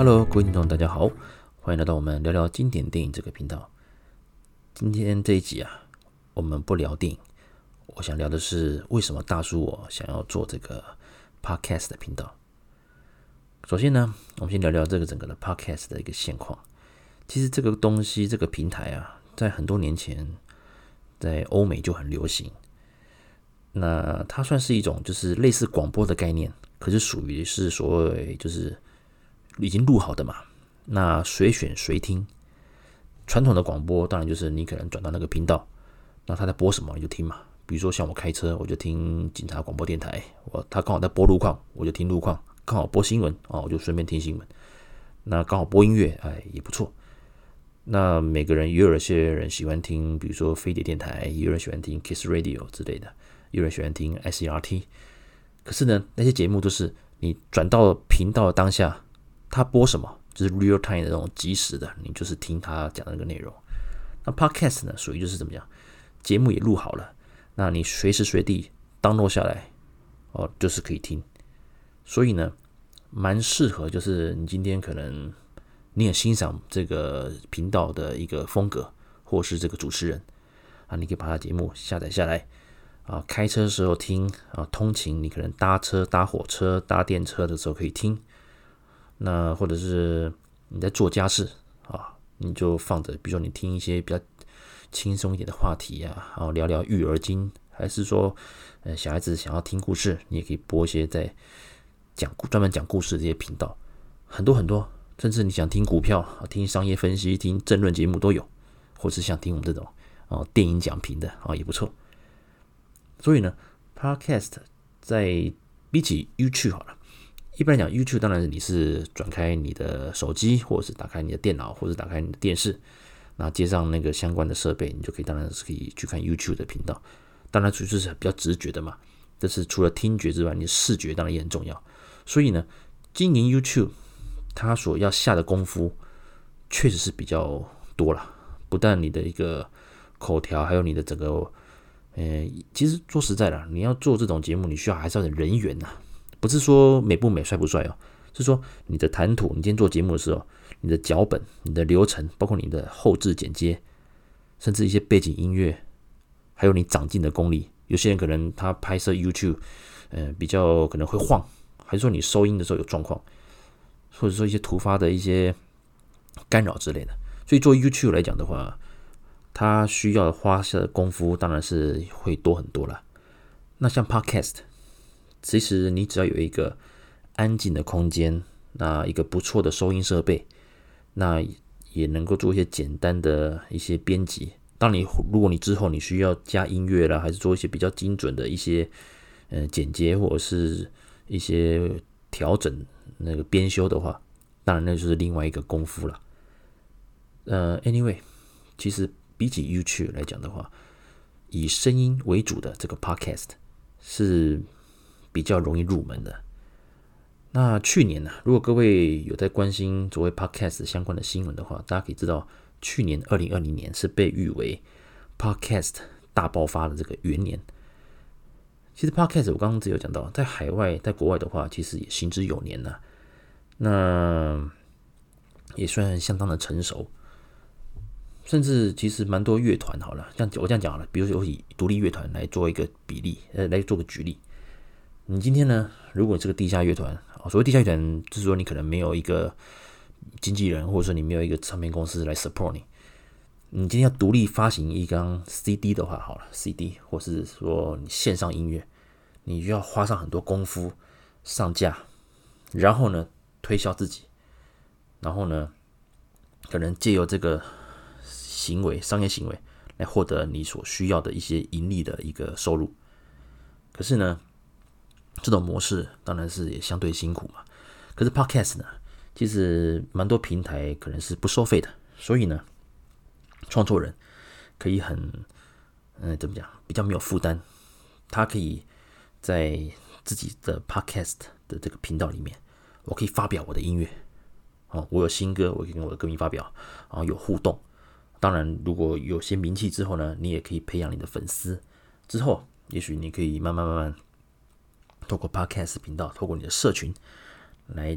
Hello，各位听众，大家好，欢迎来到我们聊聊经典电影这个频道。今天这一集我们不聊电影，我想聊的是为什么大叔我想要做这个 podcast 的频道。首先呢，我们先聊聊这个整个的 podcast 的一个现况。其实这个东西，这个平台在很多年前在欧美就很流行。那它算是一种就是类似广播的概念，可是属于是所谓就是已经录好的嘛，那随选随听。传统的广播当然就是你可能转到那个频道，那他在播什么你就听嘛。比如说像我开车，我就听警察广播电台，他刚好在播路况，我就听路况；刚好播新闻我就顺便听新闻。那刚好播音乐，也不错。那每个人也有些人喜欢听，比如说飞碟电台，也有人喜欢听 Kiss Radio 之类的，也有人喜欢听 SERT。可是呢，那些节目都是你转到频道的当下，他播什么就是 real time 的那种即时的，你就是听他讲的那个内容。那 podcast 呢，属于就是怎么样，节目也录好了，那你随时随地 download 下来，就是可以听。所以呢，蛮适合，就是你今天可能你很欣赏这个频道的一个风格，或是这个主持人你可以把他的节目下载下来开车的时候听通勤你可能搭车、搭火车、搭电车的时候可以听。那或者是你在做家事你就放着，比如说你听一些比较轻松一点的话题聊聊育儿经，还是说小孩子想要听故事，你也可以播一些在专门讲故事的这些频道，很多很多，甚至你想听股票、听商业分析、听政论节目都有，或是想听我们这种电影讲评的也不错。所以呢 ，Podcast 在比起 YouTube 好了。一般来讲 ，YouTube 当然你是转开你的手机，或者是打开你的电脑，或者打开你的电视，那接上那个相关的设备，你就当然是可以去看 YouTube 的频道。当然就是比较直觉的嘛，但是除了听觉之外，你的视觉当然也很重要。所以呢，经营 YouTube 它所要下的功夫确实是比较多了，不但你的一个口条，还有你的整个其实说实在的，你要做这种节目，你需要还是要有人缘不是说美不美、帅不帅是说你的谈吐，你今天做节目的时候，你的脚本、你的流程，包括你的后置剪接，甚至一些背景音乐，还有你长进的功力。有些人可能他拍摄 YouTube，比较可能会晃，还是说你收音的时候有状况，或者说一些突发的一些干扰之类的。所以做 YouTube 来讲的话，它需要花下的功夫当然是会多很多了。那像 Podcast。其实你只要有一个安静的空间，那一个不错的收音设备，那也能够做一些简单的一些编辑。如果你之后你需要加音乐啦，还是做一些比较精准的一些剪接，或者是一些调整那个编修的话，当然那就是另外一个功夫了。Anyway， 其实比起 YouTube 来讲的话，以声音为主的这个 Podcast 是比较容易入门的。那去年如果各位有在关心所谓 Podcast 相关的新闻的话，大家可以知道，去年2020年是被誉为 Podcast 大爆发的这个元年。其实 Podcast 我刚刚只有讲到，在海外、在国外的话，其实也行之有年了，那也算相当的成熟。甚至其实蛮多乐团好了，我这样讲好了，比如说以独立乐团来做一个比例，来做个举例。你今天呢，如果你是个地下乐团，所谓地下乐团就是说你可能没有一个经纪人，或者说你没有一个唱片公司来 support 你。你今天要独立发行一张 CD 的话，好了 ，CD 或是说你线上音乐，你就要花上很多功夫上架，然后呢推销自己，然后呢可能借由这个商业行为来获得你所需要的一些盈利的一个收入。可是呢，这种模式当然是也相对辛苦嘛。可是 Podcast 呢，其实蛮多平台可能是不收费的，所以呢，创作人可以怎么讲，比较没有负担。他可以在自己的 Podcast 的这个频道里面，我可以发表我的音乐我有新歌，我可以跟我的歌迷发表，然后有互动。当然，如果有些名气之后呢，你也可以培养你的粉丝。之后，也许你可以慢慢透过 Podcast 频道，透过你的社群来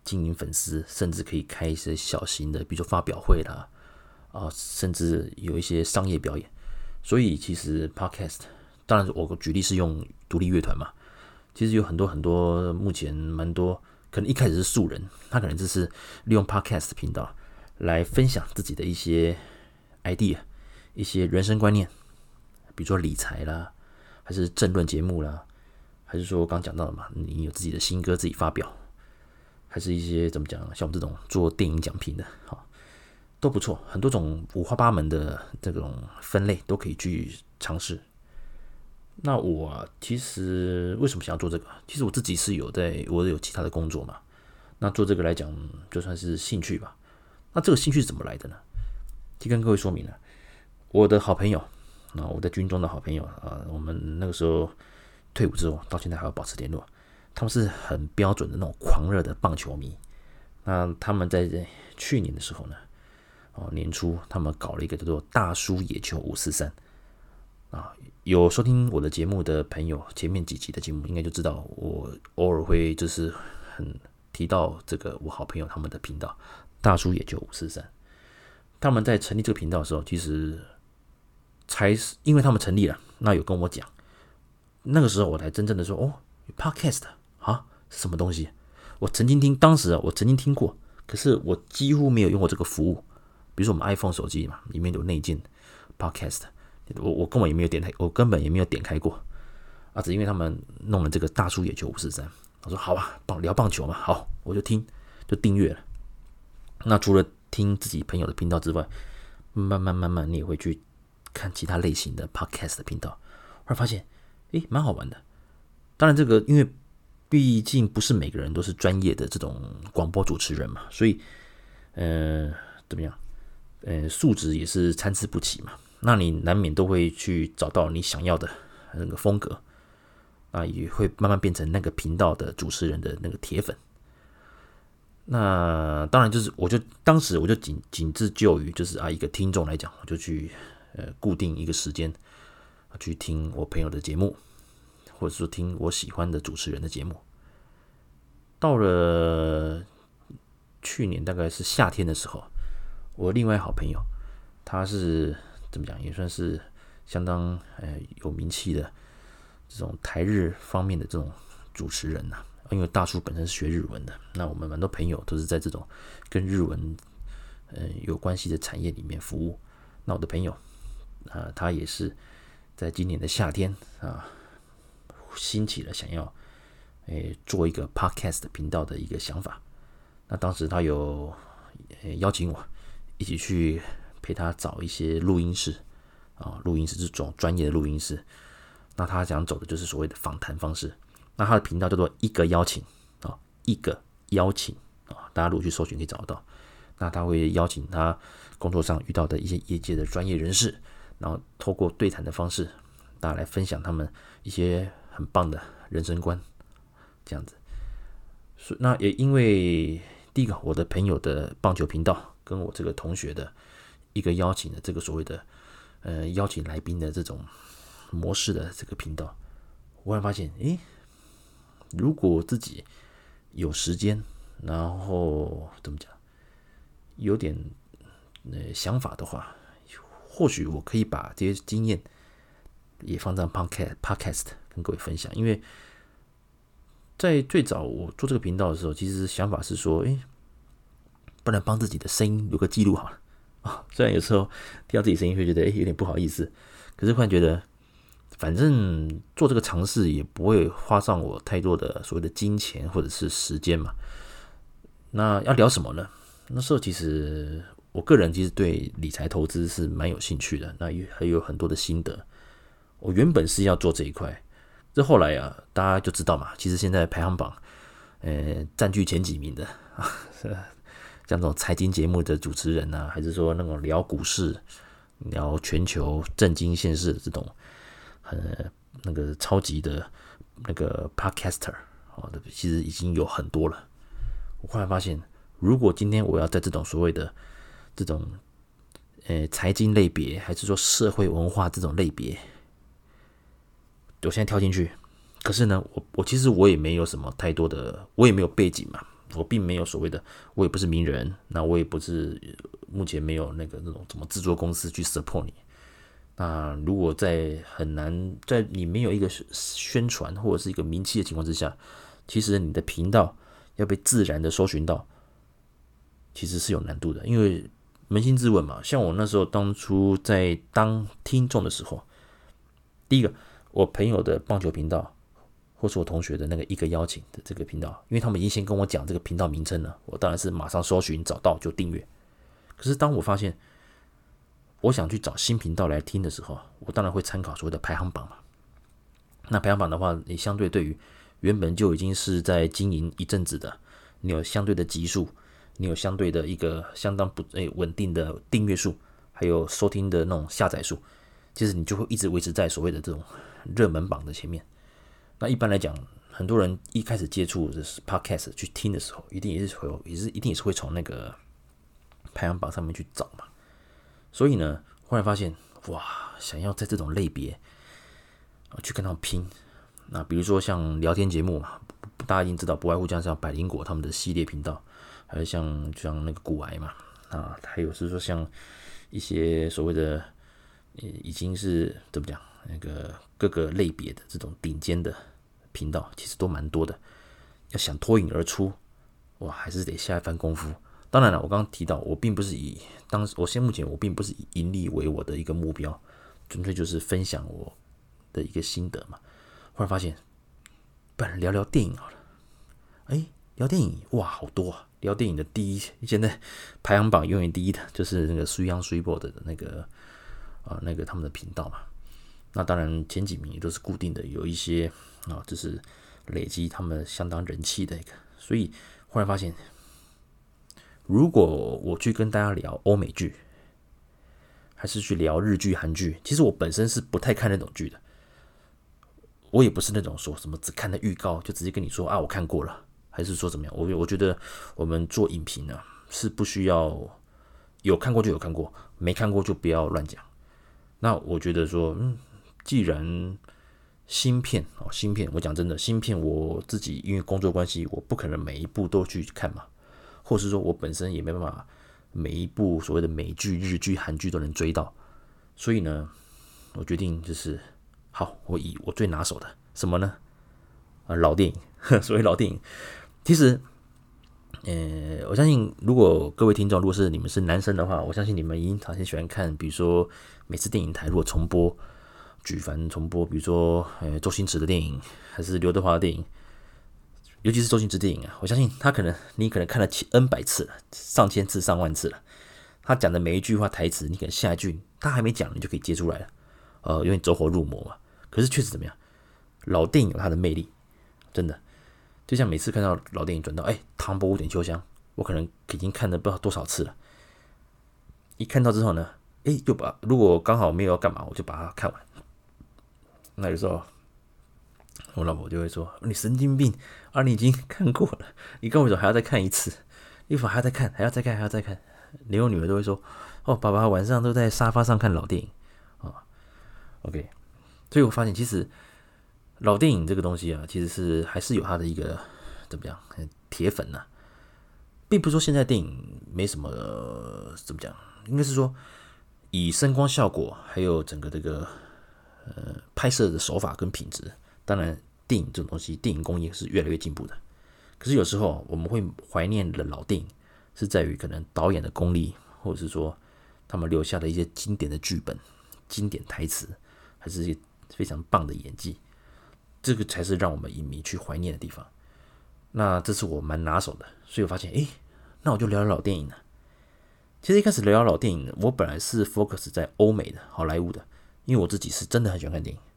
经营粉丝，甚至可以开一些小型的，比如说发表会啦，甚至有一些商业表演。所以其实 Podcast， 当然我举例是用独立乐团嘛，其实有很多目前蛮多，可能一开始是素人，他可能就是利用 Podcast 频道来分享自己的一些 idea， 一些人生观念，比如说理财啦，还是政论节目啦，还是说刚讲到的嘛，你有自己的新歌自己发表，还是一些怎么讲，像我们这种做电影讲评的，都不错，很多种五花八门的这种分类都可以去尝试。那我其实为什么想要做这个？其实我自己是我有其他的工作嘛，那做这个来讲就算是兴趣吧。那这个兴趣是怎么来的呢？就跟各位说明了，我的好朋友我在军中的好朋友我们那个时候退伍之后到现在还要保持联络，他们是很标准的那种狂热的棒球迷。那他们在去年的时候呢，年初他们搞了一个叫做大叔野球543有收听我的节目的朋友，前面几集的节目应该就知道，我偶尔会就是很提到这个我好朋友他们的频道大叔野球543。他们在成立这个频道的时候，其实因为他们成立了，那有跟我讲，那个时候我才真正的说Podcast 是什么东西？当时我曾经听过，可是我几乎没有用过这个服务。比如说我们 iPhone 手机嘛，里面有内建 Podcast， 我根本也没有点开过只因为他们弄了这个大叔野球543，我说好吧，聊棒球嘛，好，我就订阅了。那除了听自己朋友的频道之外，慢慢你也会去看其他类型的 Podcast 的频道，后来发现蛮好玩的。当然这个因为毕竟不是每个人都是专业的这种广播主持人嘛，所以怎么样素质也是参差不齐嘛，那你难免都会去找到你想要的那个风格，那也会慢慢变成那个频道的主持人的那个铁粉。那当然就是当时我就仅自就于就是一个听众来讲，我就去固定一个时间去听我朋友的节目，或者说听我喜欢的主持人的节目。到了去年大概是夏天的时候，我另外好朋友他是怎么讲，也算是相当有名气的这种台日方面的这种主持人因为大叔本身是学日文的，那我们蛮多朋友都是在这种跟日文有关系的产业里面服务。那我的朋友他也是在今年的夏天兴起了想要做一个 podcast 频道的一个想法。那当时他有邀请我一起去陪他找一些录音室录音室这种专业的录音室。那他想走的就是所谓的访谈方式。那他的频道叫做一个邀请一个邀请大家如果去搜寻可以找得到。那他会邀请他工作上遇到的一些业界的专业人士，然后透过对谈的方式，大家来分享他们一些很棒的人生观，这样子。那也因为第一个我的朋友的棒球频道跟我这个同学的一个邀请的这个所谓的邀请来宾的这种模式的这个频道，我会发现如果我自己有时间，然后怎么讲，有点想法的话，或许我可以把这些经验也放在 podcast 跟各位分享。因为在最早我做这个频道的时候，其实想法是说不然帮自己的声音有个记录好了虽然有时候听到自己声音会觉得有点不好意思，可是忽然觉得反正做这个尝试也不会花上我太多的所谓的金钱或者是时间嘛。那要聊什么呢？那时候其实我个人其实对理财投资是蛮有兴趣的，那也还有很多的心得。我原本是要做这一块，这后来大家就知道嘛，其实现在排行榜占据前几名的像这种财经节目的主持人还是说那种聊股市、聊全球政经现世的这种那个超级的那个 podcaster 其实已经有很多了。我后来发现，如果今天我要在这种所谓的这种财经类别，还是说社会文化这种类别，我现在跳进去，可是呢，我其实我也没有什么太多的，我也没有背景嘛， 我并没有所谓的，我也不是名人，那我也不是目前没有那种什么制作公司去 support 你。那如果在很难，在你没有一个宣传或者是一个名气的情况之下，其实你的频道要被自然的搜寻到，其实是有难度的。因为扪心自问嘛，像我那时候当初在当听众的时候，第一个我朋友的棒球频道，或是我同学的那个一个邀请的这个频道，因为他们已经先跟我讲这个频道名称了，我当然是马上搜寻找到就订阅。可是当我发现我想去找新频道来听的时候，我当然会参考所谓的排行榜嘛。那排行榜的话，你相对对于原本就已经是在经营一阵子的，你有相对的集数，你有相对的一个相当稳定的订阅数，还有收听的那种下载数，其实你就会一直维持在所谓的这种热门榜的前面。那一般来讲，很多人一开始接触的是 podcast 去听的时候，一定也是会从那个排行榜上面去找嘛。所以呢，忽然发现，哇，想要在这种类别去跟他们拼。那比如说像聊天节目嘛，大家已经知道，不外乎像百灵果他们的系列频道，还有像那个股癌嘛，还有是说像一些所谓的已经是怎么讲，那个各个类别的这种顶尖的频道，其实都蛮多的。要想脱颖而出，哇，还是得下一番功夫。当然了，我刚刚提到，我并不是目前我并不是以盈利为我的一个目标，纯粹就是分享我的一个心得嘛。忽然发现，不然聊聊电影好了。聊电影哇，好多啊！聊电影的现在排行榜永远第一的就是那个水央水波的那个他们的频道嘛。那当然前几名也都是固定的，有一些就是累积他们相当人气的一个。所以忽然发现，如果我去跟大家聊欧美剧，还是去聊日剧、韩剧，其实我本身是不太看那种剧的。我也不是那种说什么只看的预告就直接跟你说我看过了，还是说怎么样？我觉得我们做影评啊，是不需要有看过就有看过，没看过就不要乱讲。那我觉得说，既然新片，我讲真的，新片我自己因为工作关系，我不可能每一部都去看嘛。或是说我本身也没办法每一部所谓的美剧、日剧、韩剧都能追到，所以呢，我决定就是好，我以我最拿手的什么呢？老电影。所谓老电影，其实，我相信如果各位听众，如果是你们是男生的话，我相信你们一定很喜欢看，比如说每次电影台如果重播，举凡重播，比如说周星驰的电影，还是刘德华的电影。尤其是周星驰电影啊，我相信你可能看了N 百次了，上千次、上万次了。他讲的每一句话台词，你可能下一句他还没讲，你就可以接出来了。有点走火入魔嘛。可是确实怎么样，老电影有它的魅力，真的。就像每次看到老电影转到唐伯虎点秋香，我可能已经看了不知道多少次了。一看到之后呢，如果刚好没有要干嘛，我就把它看完。那有时候我老婆就会说：“你神经病啊！你已经看过了，你跟我说还要再看一次，一会儿还要再看，还要再看，还要再看。”连我女儿都会说：“爸爸晚上都在沙发上看老电影啊。”OK， 所以我发现其实老电影这个东西啊，其实还是有它的一个怎么样铁粉呐、并不是说现在电影没什么怎么讲，应该是说以声光效果还有整个这个拍摄的手法跟品质。当然，电影这种东西，电影工业是越来越进步的。可是有时候我们会怀念的老电影，是在于可能导演的功力，或者是说他们留下的一些经典的剧本、经典台词，还是一些非常棒的演技。这个才是让我们影迷去怀念的地方。那这是我蛮拿手的，所以我发现，那我就聊聊老电影了。其实一开始聊聊老电影，我本来是 focus 在欧美的好莱坞的，因为我自己是真的很喜欢看电影。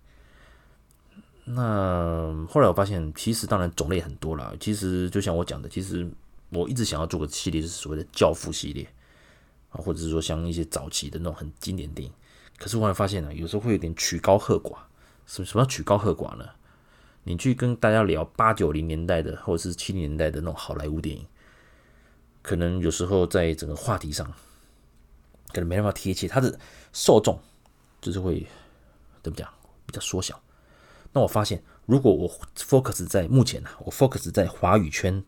那后来我发现，其实当然种类很多啦。其实就像我讲的，其实我一直想要做个系列，就是所谓的教父系列啊，或者是说像一些早期的那种很经典的电影。可是我还发现呢，有时候会有点曲高和寡。什么叫曲高和寡呢？你去跟大家聊80、90年代的，或者是70年代的那种好莱坞电影，可能有时候在整个话题上，可能没办法贴切，它的受众就是会怎么讲，比较缩小。那我发现，如果我 focus 在目前我 focus 在华语圈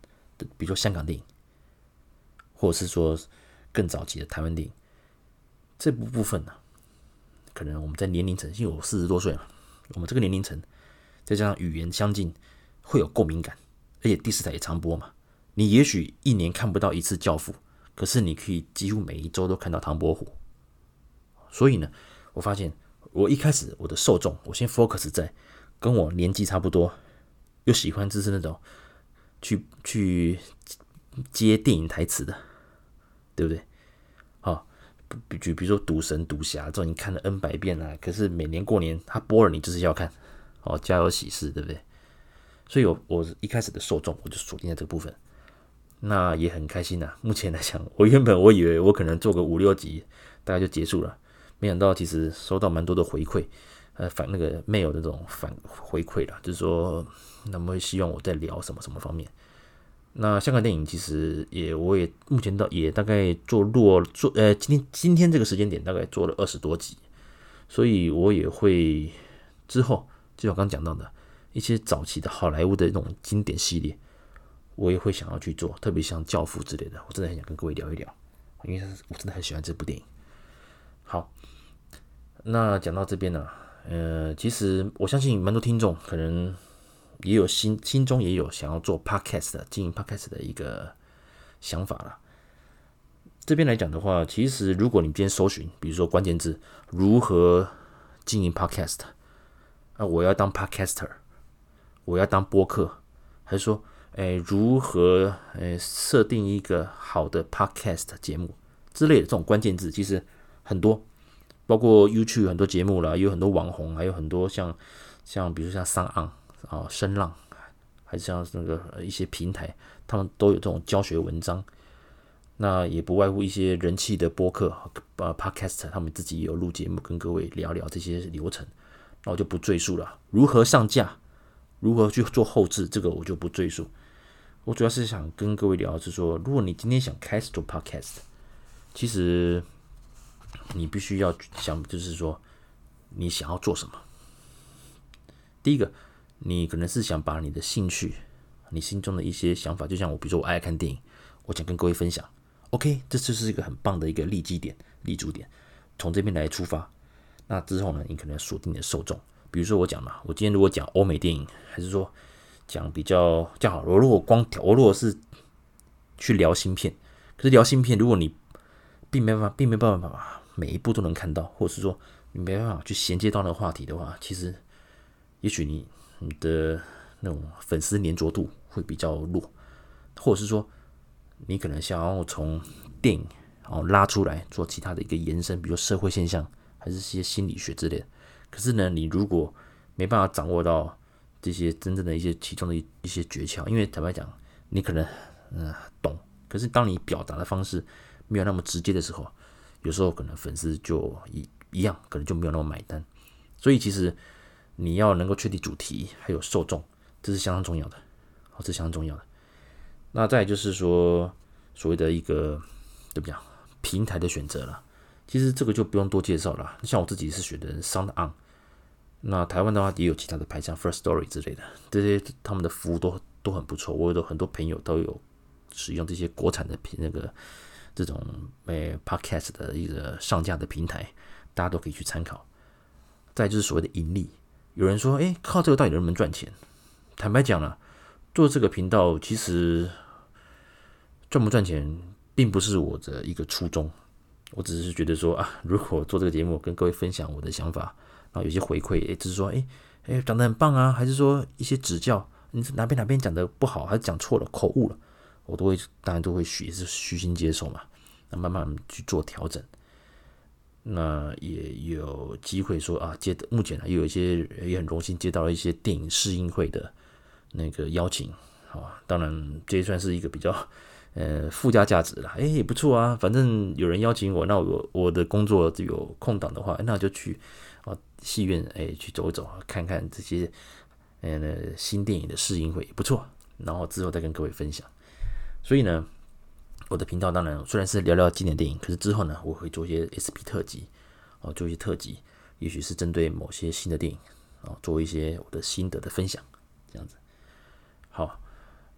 比如说香港电影，或者是说更早期的台湾电影，这部分呢，可能我们在年龄层，因为我40多岁嘛，我们这个年龄层，再加上语言相近，会有共鸣感，而且第四台也常播嘛。你也许一年看不到一次《教父》，可是你可以几乎每一周都看到唐伯虎。所以呢，我发现我一开始我的受众，我先 focus 在跟我年纪差不多，又喜欢就是那种去接电影台词的，对不对？好，比如说赌神、赌侠这种，你看了 N 百遍啦，可是每年过年他播了，你就是要看。哦，家有喜事，对不对？所以我一开始的受众我就锁定在这个部分，那也很开心啊。目前来讲，我原本以为我可能做个5、6集大概就结束了，没想到其实收到蛮多的回馈，那个 mail 的这种反回馈啦，就是说他们会希望我在聊什么什么方面。那香港电影其实我也目前也大概今天这个时间点大概做了20多集，所以我也会之后就像我刚刚讲到的一些早期的好莱坞的那种经典系列，我也会想要去做，特别像《教父》之类的，我真的很想跟各位聊一聊，因为我真的很喜欢这部电影。好，那讲到这边呢，其实我相信蛮多听众可能也有心中也有想要做 podcast 经营 podcast 的一个想法啦。这边来讲的话，其实如果你今天搜寻，比如说关键字如何经营 podcast，我要当 podcaster， 我要当播客，还是说，如何设定一个好的 podcast 节目之类的这种关键字，其实很多，包括 YouTube 很多节目啦，也有很多网红，还有很多像比如说像SoundOn声浪，还是像那个一些平台，他们都有这种教学文章。那也不外乎一些人气的播客podcaster， 他们自己也有录节目跟各位聊聊这些流程。那我就不赘述了，如何上架，如何去做后置，这个我就不赘述。我主要是想跟各位聊的是说，如果你今天想开始做 podcast， 其实你必须要想，就是说你想要做什么。第一个，你可能是想把你的兴趣，你心中的一些想法，就像比如说我爱看电影，我想跟各位分享。OK， 这就是一个很棒的一个立足点，从这边来出发。那之后呢，你可能要锁定你的受众。比如说我讲嘛，我今天如果讲欧美电影，还是说讲比较好，我如果是去聊芯片，可是聊芯片，如果你并没办法每一部都能看到，或者是说你没办法去衔接到那个话题的话，其实也许你的那种粉丝粘着度会比较弱，或者是说你可能想要从电影拉出来做其他的一个延伸，比如说社会现象，还是一些心理学之类的。可是呢，你如果没办法掌握到这些真正的一些其中的一些诀窍，因为坦白讲，你可能懂，可是当你表达的方式没有那么直接的时候，有时候可能粉丝就一样，可能就没有那么买单。所以其实你要能够确定主题还有受众，这是相当重要的，这是相当重要的。那再来就是说所谓的一个对不对平台的选择了，其实这个就不用多介绍了。像我自己是选的 SoundOn， 那台湾的话也有其他的牌，像 First Story 之类的，这些他们的服务都很不错。我有很多朋友都有使用这些国产的这种podcast 的一个上架的平台，大家都可以去参考。再来就是所谓的盈利，有人说，靠这个到底能不能赚钱？坦白讲了，做这个频道其实赚不赚钱并不是我的一个初衷，我只是觉得说如果做这个节目跟各位分享我的想法，然后有些回馈，只是说讲得很棒啊，还是说一些指教，你哪边讲得不好，还是讲错了，口误了，我当然都会虚心接受嘛，那慢慢去做调整。那也有机会说目前也有一些也很荣幸接到了一些电影试映会的那个邀请，当然这也算是一个比较附加价值啦，也不错啊，反正有人邀请我，那我的工作有空档的话，那就去戏院去走一走，看看这些新电影的试映会也不错，然后之后再跟各位分享。所以呢，我的频道当然虽然是聊聊经典电影，可是之后呢，我会做一些 SP 特辑，做一些特辑，也许是针对某些新的电影做一些我的心得的分享，这样子。好，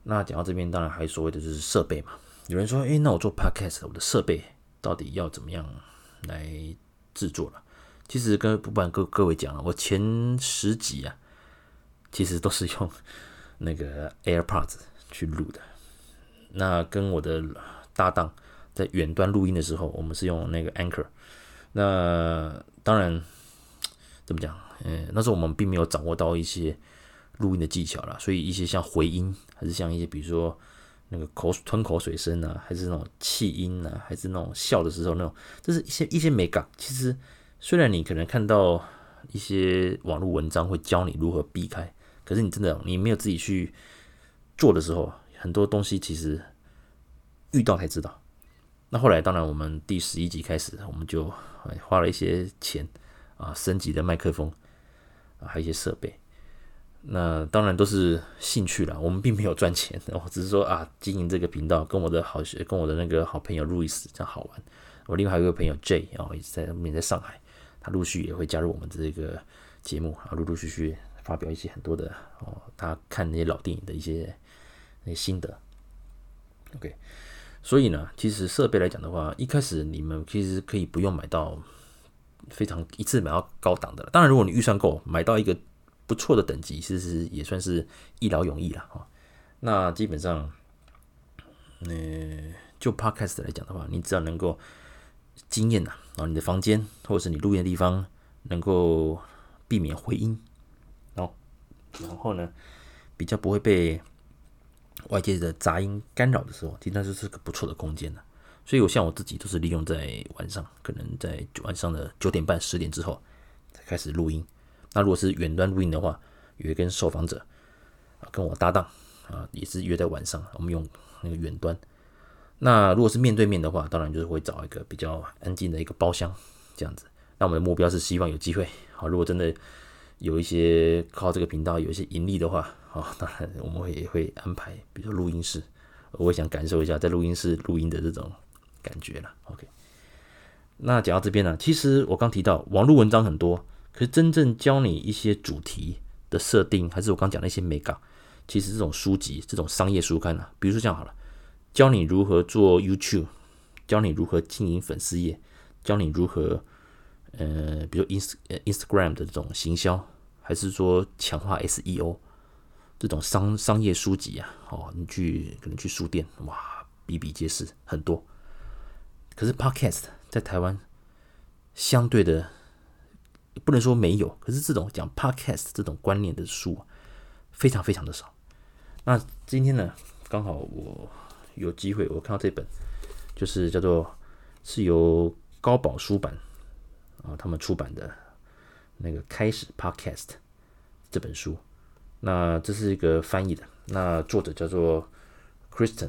那讲到这边，当然还有所谓的就是设备嘛。有人说，那我做 podcast， 我的设备到底要怎么样来制作了？其实不瞒各位讲了，我前10集啊，其实都是用那个 AirPods 去录的。那跟我的搭档在远端录音的时候，我们是用那个 Anchor。那当然怎么讲？那时候我们并没有掌握到一些录音的技巧啦，所以一些像回音，还是像一些比如说那个吞口水声啊，还是那种气音啊，还是那种笑的时候那种，这是一些美感。其实虽然你可能看到一些网络文章会教你如何避开，可是你没有自己去做的时候，很多东西其实遇到才知道。那后来当然我们第11集开始，我们就花了一些钱啊，升级的麦克风啊，还有一些设备。那当然都是兴趣啦，我们并没有赚钱，只是说啊，经营这个频道，跟我的那个好朋友路易斯这样好玩。我另外还有一个朋友 J 也在上海，他陆续也会加入我们这个节目啊，陆续发表一些很多的他看那些老电影的一些心得。OK， 所以呢，其实设备来讲的话，一开始你们其实可以不用买到一次买到高档的了。当然，如果你预算够，买到一个不错的等级，其实也算是一劳永逸啦。那基本上，就 podcast 来讲的话，你只要能够经验你的房间或者是你录音的地方能够避免回音，然后呢，比较不会被外界的杂音干扰的时候，其实那就是个不错的空间了。所以像我自己都是利用在晚上，可能在晚上的9点半、10点之后才开始录音。那如果是远端录音的话，有一跟受访者跟我搭档也是约在晚上，我们用那个远端。那如果是面对面的话，当然就是会找一个比较安静的一个包厢这样子。那我们的目标是希望有机会，如果真的有一些靠这个频道有一些盈利的话，当然我们也会安排，比如说录音室，我也想感受一下在录音室录音的这种感觉啦。OK， 那讲到这边呢，其实我刚提到网络文章很多。可是真正教你一些主题的设定，还是我刚讲的一些美感，其实这种书籍、这种商业书刊比如说这样好了，教你如何做 YouTube， 教你如何经营粉丝页，教你如何比如 Instagram 的这种行销，还是说强化 SEO 这种商业书籍你可能去书店，哇，比比皆是，很多。可是 Podcast 在台湾相对的。不能说没有，可是这种讲 podcast 这种观念的书非常非常的少。那今天呢，刚好我有机会，我看到这本，就是是由高宝书版他们出版的那个开始 podcast 这本书。那这是一个翻译的，那作者叫做 Kristen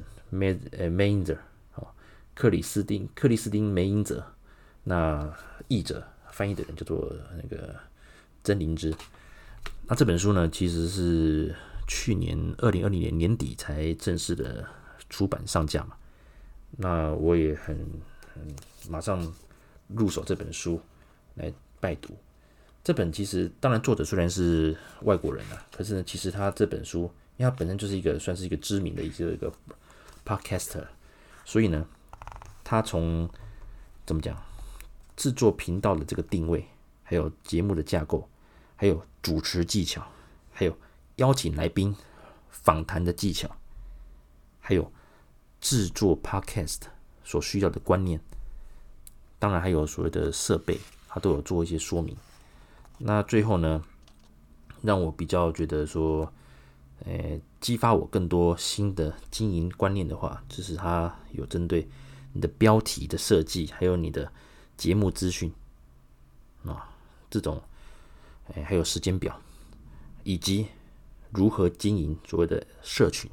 Meinzer 克里斯汀梅因泽，那译者。翻译的人叫做那个曾灵芝。那这本书呢，其实是去年2020年年底才正式的出版上架嘛。那我也很马上入手这本书来拜读。这本其实当然作者虽然是外国人可是呢，其实他这本书，因为他本身就是算是一个知名的一个 podcaster， 所以呢，他从怎么讲？制作频道的这个定位，还有节目的架构，还有主持技巧，还有邀请来宾访谈的技巧，还有制作 podcast 所需要的观念，当然还有所谓的设备，他都有做一些说明。那最后呢，让我比较觉得说，激发我更多新的经营观念的话，就是他有针对你的标题的设计，还有你的节目资讯这种，还有时间表，以及如何经营所谓的社群。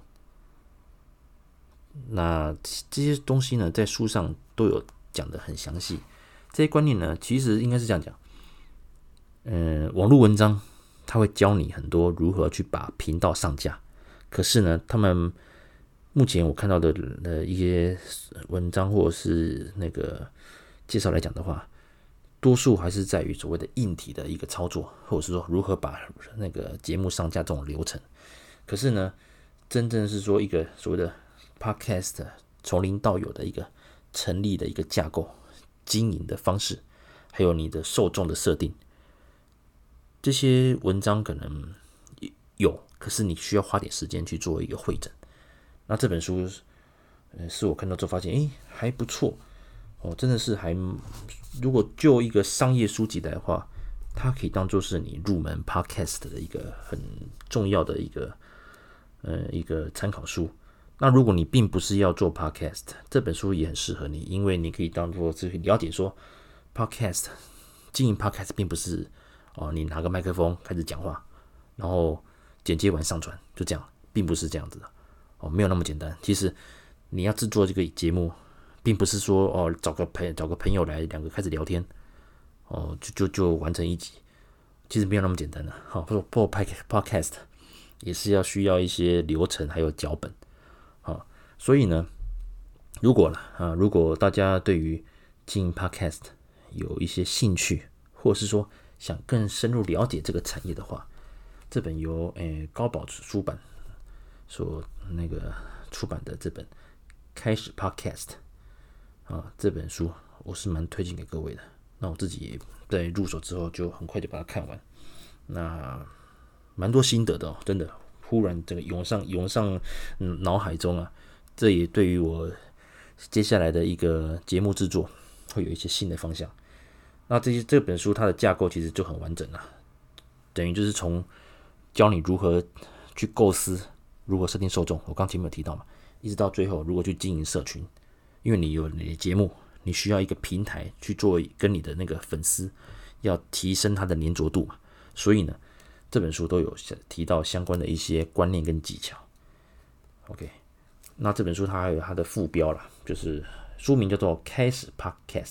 那这些东西呢，在书上都有讲得很详细。这些观念呢，其实应该是这样讲。网络文章它会教你很多如何去把频道上架，可是呢，他们目前我看到的一些文章或者是那个介绍来讲的话，多数还是在于所谓的硬体的一个操作，或者是说如何把那个节目上架这种流程。可是呢， 真正是说一个所谓的 podcast 从零到有的一个成立的一个架构、经营的方式，还有你的受众的设定，这些文章可能有，可是你需要花点时间去做一个汇整。那这本书是我看到之后发现，还不错哦，真的是如果就一个商业书籍来的话，它可以当做是你入门 podcast 的一个很重要的一个参考书。那如果你并不是要做 podcast， 这本书也很适合你，因为你可以当做是了解说 podcast 经营 podcast 并不是你拿个麦克风开始讲话，然后剪接完上传就这样，并不是这样子的没有那么简单。其实你要制作这个节目，并不是说找个朋友来两个开始聊天就完成一集，其实没有那么简单的。做 podcast 也是需要一些流程还有脚本所以呢，如果大家对于经营 podcast 有一些兴趣，或者是说想更深入了解这个产业的话，这本由高宝出版所出版的这本开始 podcast 这本书，我是蛮推荐给各位的。那我自己也在入手之后就很快就把它看完，那蛮多心得的真的，忽然这个涌上脑海中啊，这也对于我接下来的一个节目制作会有一些新的方向。那这本书它的架构其实就很完整了，等于就是从教你如何去构思，如何设定受众，我刚前面有提到嘛，一直到最后如何去经营社群，因为你有你的节目，你需要一个平台去做跟你的那个粉丝要提升它的粘着度嘛，所以呢，这本书都有提到相关的一些观念跟技巧。OK， 那这本书它还有它的副标啦，就是书名叫做《开始 Podcast》，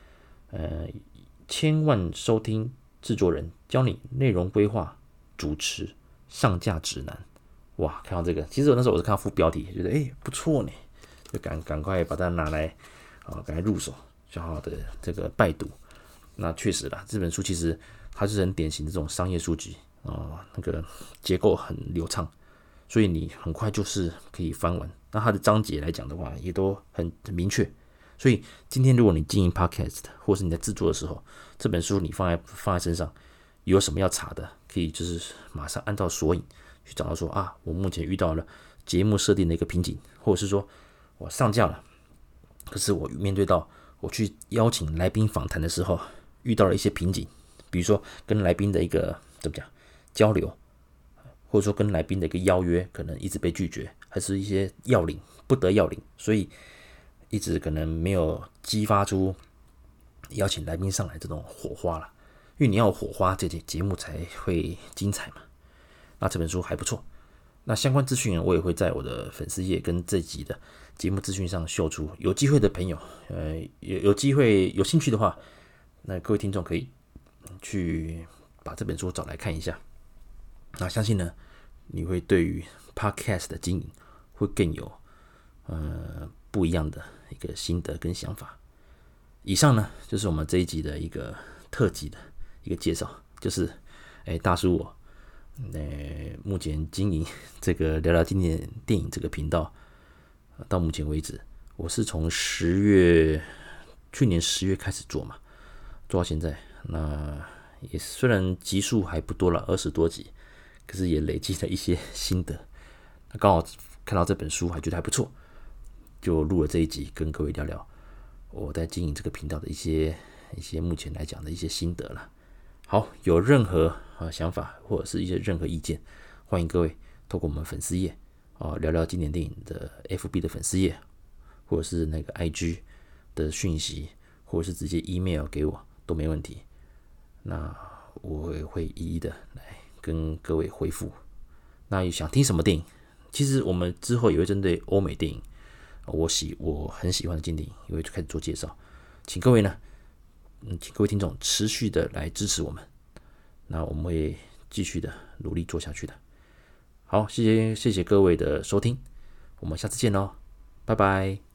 千万收听制作人教你内容规划、主持、上架指南。哇，看到这个，其实那时候我是看到副标题，觉得不错呢，就赶快把它拿来赶快入手，就好好的这个拜读。那确实啦，这本书其实它是很典型的这种商业书籍那个结构很流畅，所以你很快就是可以翻完。那它的章节来讲的话，也都很明确。所以今天如果你经营 podcast， 或是你在制作的时候，这本书你放在身上，有什么要查的，可以就是马上按照索引去找到说我目前遇到了节目设定的一个瓶颈，或者是说我上架了，可是我面对到我去邀请来宾访谈的时候，遇到了一些瓶颈，比如说跟来宾的一个怎么讲交流，或者说跟来宾的一个邀约可能一直被拒绝，还是一些要领不得要领，所以一直可能没有激发出邀请来宾上来这种火花了。因为你要有火花，这节目才会精彩嘛。那这本书还不错，那相关资讯我也会在我的粉丝页跟这集的节目资讯上秀出。有机会的朋友，有机会有兴趣的话，那各位听众可以去把这本书找来看一下。那相信呢，你会对于 podcast 的经营会更有不一样的一个心得跟想法。以上呢，就是我们这一集的一个特辑的一个介绍，就是大叔我目前经营这个聊聊经典电影这个频道，到目前为止，我是从去年10月开始做嘛，做到现在，那也虽然集数还不多了，20多集，可是也累积了一些心得。那刚好看到这本书，还觉得还不错，就录了这一集，跟各位聊聊我在经营这个频道的一些目前来讲的一些心得了。好，有任何想法或者是一些任何意见，欢迎各位透过我们粉丝页聊聊经典电影的 FB 的粉丝页，或者是那个 IG 的讯息，或者是直接 email 给我都没问题。那我也会一一的来跟各位回复。那想听什么电影？其实我们之后也会针对欧美电影，我很喜欢的经典，也会开始做介绍。请各位听众持续的来支持我们，那我们会继续的努力做下去的。好，谢谢各位的收听，我们下次见喽，拜拜。